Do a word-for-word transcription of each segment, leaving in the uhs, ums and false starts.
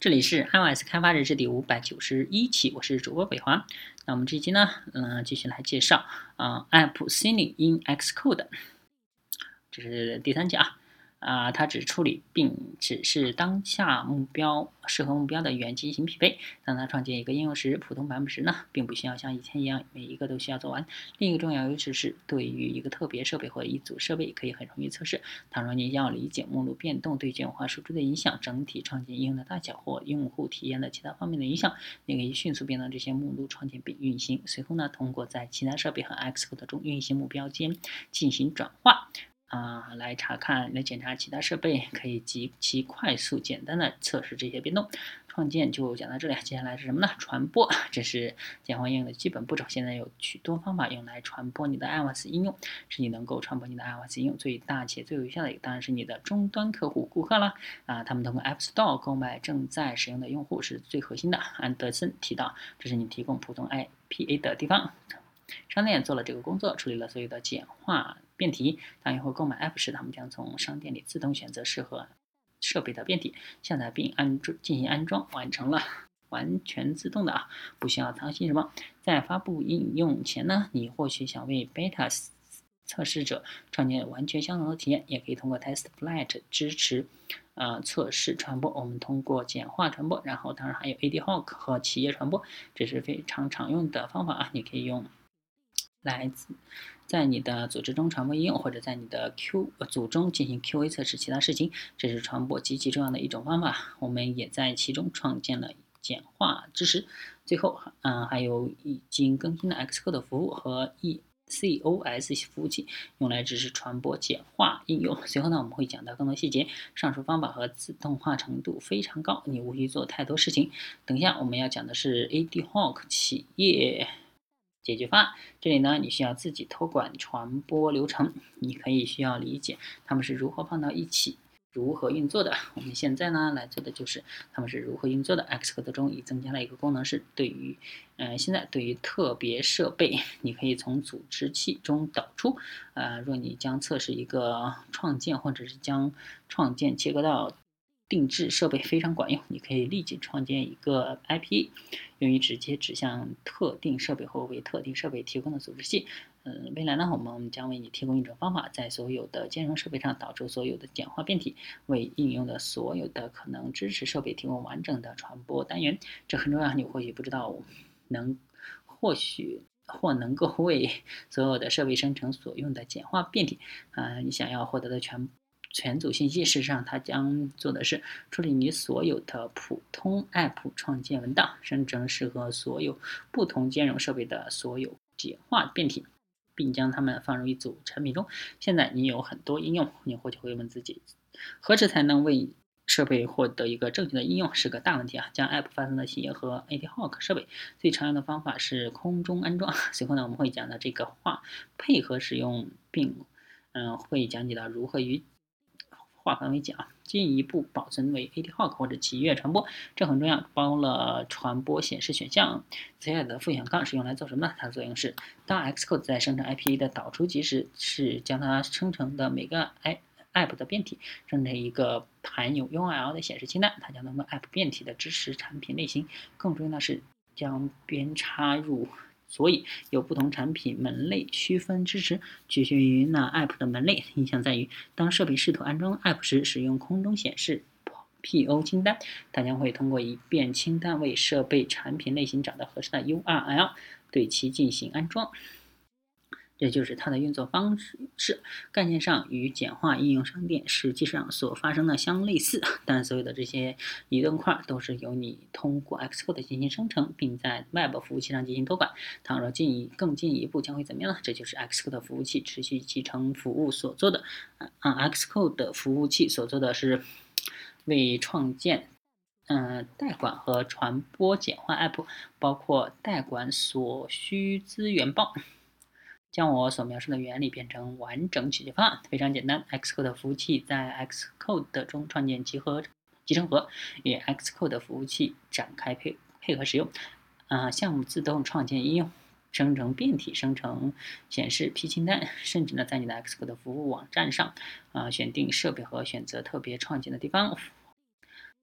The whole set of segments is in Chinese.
这里是 iOS 开发日志第五百九十一期，我是主播北华。那我们这一期呢，嗯、呃，继续来介绍啊、呃、，App Signing in Xcode，这是第三节啊。啊，它只处理并只是当下目标适合目标的语言进行匹配。当它创建一个应用时，普通版本时呢，并不需要像以前一样每一个都需要做完。另一个重要优势是，对于一个特别设备或一组设备，可以很容易测试。倘若你要理解目录变动对简化输出的影响、整体创建应用的大小或用户体验的其他方面的影响，你可以迅速变动这些目录创建并运行。随后呢，通过在其他设备和 Xcode 中运行目标间进行转化。啊、呃，来查看、来检查其他设备，可以极其快速、简单的测试这些变动。创建就讲到这里，接下来是什么呢？传播，这是简化应用的基本步骤。现在有许多方法用来传播你的 iOS 应用，是你能够传播你的 iOS 应用最大且最有效的，当然是你的终端客户、顾客啦。啊，他们通过 App Store 购买正在使用的用户是最核心的。安德森提到，这是你提供普通 I P A 的地方。商店做了这个工作，处理了所有的简化变体。当用户购买 App 时，他们将从商店里自动选择适合设备的变体，下载并安装进行安装，完成了完全自动的啊，不需要操心什么。在发布应用前呢，你或许想为 Beta 测试者创建完全相同的体验，也可以通过 TestFlight 支持呃测试传播。我们通过简化传播，然后当然还有 AdHoc 和企业传播，这是非常常用的方法啊，你可以用来自在你的组织中传播应用，或者在你的 Q 组中进行 Q A 测试其他事情，这是传播极其重要的一种方法。我们也在其中创建了简化支持。最后，嗯、呃，还有已经更新的 Xcode 服务和 E C O S 服务器，用来支持传播简化应用。随后呢，我们会讲到更多细节。上述方法和自动化程度非常高，你无需做太多事情。等一下我们要讲的是 AdHoc 企业解决方案。这里呢，你需要自己托管传播流程，你可以需要理解它们是如何放到一起，如何运作的。我们现在呢来做的就是它们是如何运作的。Xcode 中已增加了一个功能，是对于，呃，现在对于特别设备，你可以从组织器中导出。呃，若你将测试一个创建，或者是将创建切割到定制设备非常管用，你可以立即创建一个 I P A， 用于直接指向特定设备或为特定设备提供的组织器。嗯，未来呢，我们将为你提供一种方法，在所有的兼容设备上导出所有的简化变体，为应用的所有的可能支持设备提供完整的传播单元。这很重要，你或许不知道，能或许或能够为所有的设备生成所用的简化变体。啊、呃，你想要获得的全全组信息，事实上它将做的是处理你所有的普通 App 创建文档，生成适合所有不同兼容设备的所有简化变体，并将它们放入一组产品中。现在你有很多应用，你或许会问自己，何时才能为设备获得一个正确的应用，是个大问题啊！将 App 发送到企业和 AdHoc 设备，最常用的方法是空中安装。随后呢，我们会讲到这个话配合使用，并嗯、呃、会讲解到如何与划分为讲，进一步保存为 AdHoc 或者企业传播，这很重要，包了传播显示选项。接下来的负选杠是用来做什么呢？它的作用是，当 Xcode 在生成 I P A 的导出级时，是将它生成的每个 App 的变体生成一个含有 U R L 的显示清单，它将通过 App 变体的支持产品类型。更重要的是，将边插入。所以有不同产品门类区分支持，取决于那 App 的门类。影响在于，当设备试图安装 App 时，使用空中显示 P O 清单，它将会通过一遍清单为设备产品类型找到合适的 U R L， 对其进行安装。这就是它的运作方式。概念上与简化应用商店实际上所发生的相类似，但所有的这些移动块都是由你通过 Xcode 进行生成，并在 Web 服务器上进行托管。倘若进一更进一步将会怎么样呢？这就是 Xcode 服务器持续集成服务所做的。啊 ，Xcode 服务器所做的是为创建。嗯、呃，代管和传播简化 App， 包括代管所需资源包。将我所描述的原理变成完整解决方案，非常简单。Xcode 服务器在 Xcode 中创建集合集成盒，与 Xcode 服务器展开配配合使用。啊、呃，项目自动创建应用，生成变体，生成显示 P 清单，甚至呢，在你的 Xcode 服务网站上，啊、呃，选定设备和选择特别创建的地方。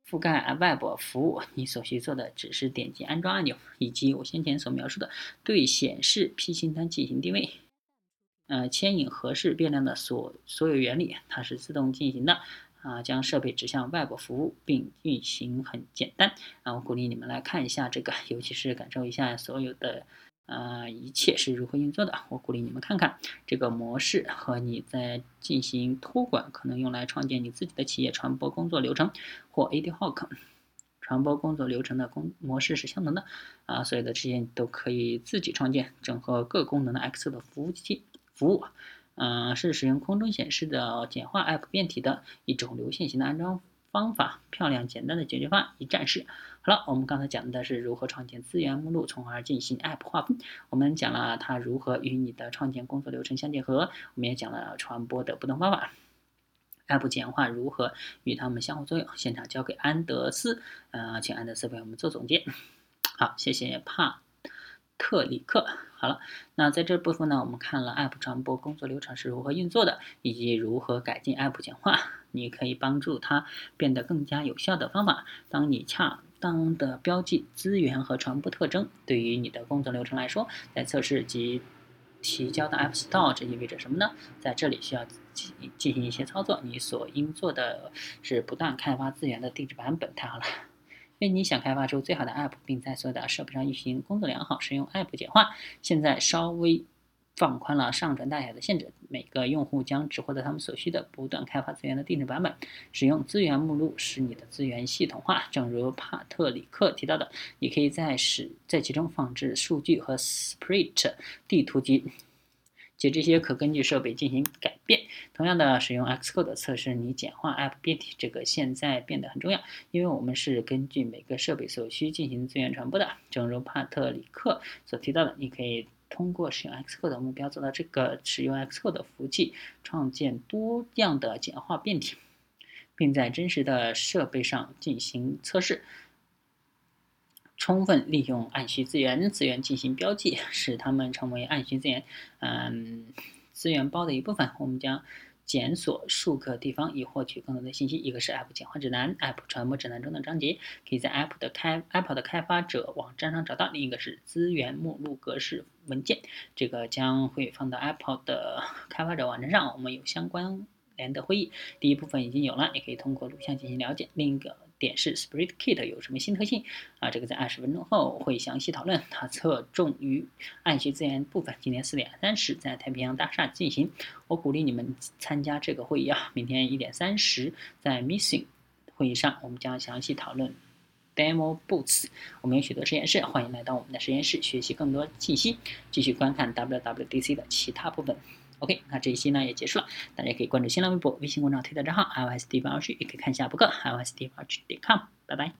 覆盖 Web 服务，你所需做的只是点击安装按钮，以及我先前所描述的对显示 P 清单进行定位。呃，牵引合适变量的所所有原理，它是自动进行的。啊，将设备指向 Web 服务，并运行很简单。啊，我鼓励你们来看一下这个，尤其是感受一下所有的呃一切是如何运作的。我鼓励你们看看这个模式和你在进行托管，可能用来创建你自己的企业传播工作流程或 Ad Hoc 传播工作流程的工模式是相同的。啊，所有的这些你都可以自己创建，整合各功能的 Excel 的服务器服务。嗯、呃，是使用空中显示的简化 App 变体的一种流线型的安装方法，漂亮简单的解决方案，一站式。好了，我们刚才讲的是如何创建资源目录，从而进行 App 划分。我们讲了它如何与你的创建工作流程相结合，我们也讲了传播的不同方法。App 简化如何与它们相互作用？现场交给安德斯，呃，请安德斯为我们做总结。好，谢谢帕特里克。好了，那在这部分呢，我们看了 App 传播工作流程是如何运作的，以及如何改进 App 简化。你可以帮助它变得更加有效的方法。当你恰当的标记资源和传播特征，对于你的工作流程来说，在测试及提交到 App Store， 这意味着什么呢？在这里需要进行一些操作，你所应做的是不断开发资源的定制版本。太好了！愿你想开发出最好的 App， 并在所有的设备上运行工作良好，使用 App 简化。现在稍微放宽了上传大小的限制，每个用户将只获得他们所需的不断开发资源的定制版本。使用资源目录使你的资源系统化，正如帕特里克提到的，你可以在使在其中放置数据和 Sprite 地图集。且这些可根据设备进行改变。同样的，使用 Xcode 测试你简化 App 变体，这个现在变得很重要，因为我们是根据每个设备所需进行资源传播的。正如帕特里克所提到的，你可以通过使用 Xcode 的目标做到这个。使用 Xcode 的服务器创建多样的简化变体，并在真实的设备上进行测试。充分利用按需资源，资源进行标记，使它们成为按需资源，嗯，资源包的一部分。我们将检索数个地方以获取更多的信息。一个是 App 简化指南 ，App 传播指南中的章节，可以在 App 的开 App 的开发者网站上找到。另一个是资源目录格式文件，这个将会放到 App 的开发者网站上。我们有相关联的会议，第一部分已经有了，你可以通过录像进行了解。另一个点是 Sprite Kit 有什么新特性啊？这个在二十分钟后会详细讨论。它侧重于按需资源部分。今天四点三十在太平洋大厦进行。我鼓励你们参加这个会议啊！明天一点三十在 Missing 会议上，我们将详细讨论 Demo Boots。我们有许多实验室，欢迎来到我们的实验室学习更多信息。继续观看 W W D C 的其他部分。OK， 那这一期呢也结束了，大家可以关注新浪微博、微信公众号、推特账号 i o s d 八二 g， 也可以看一下博客 i o s d 八二 g 点 com， 拜拜。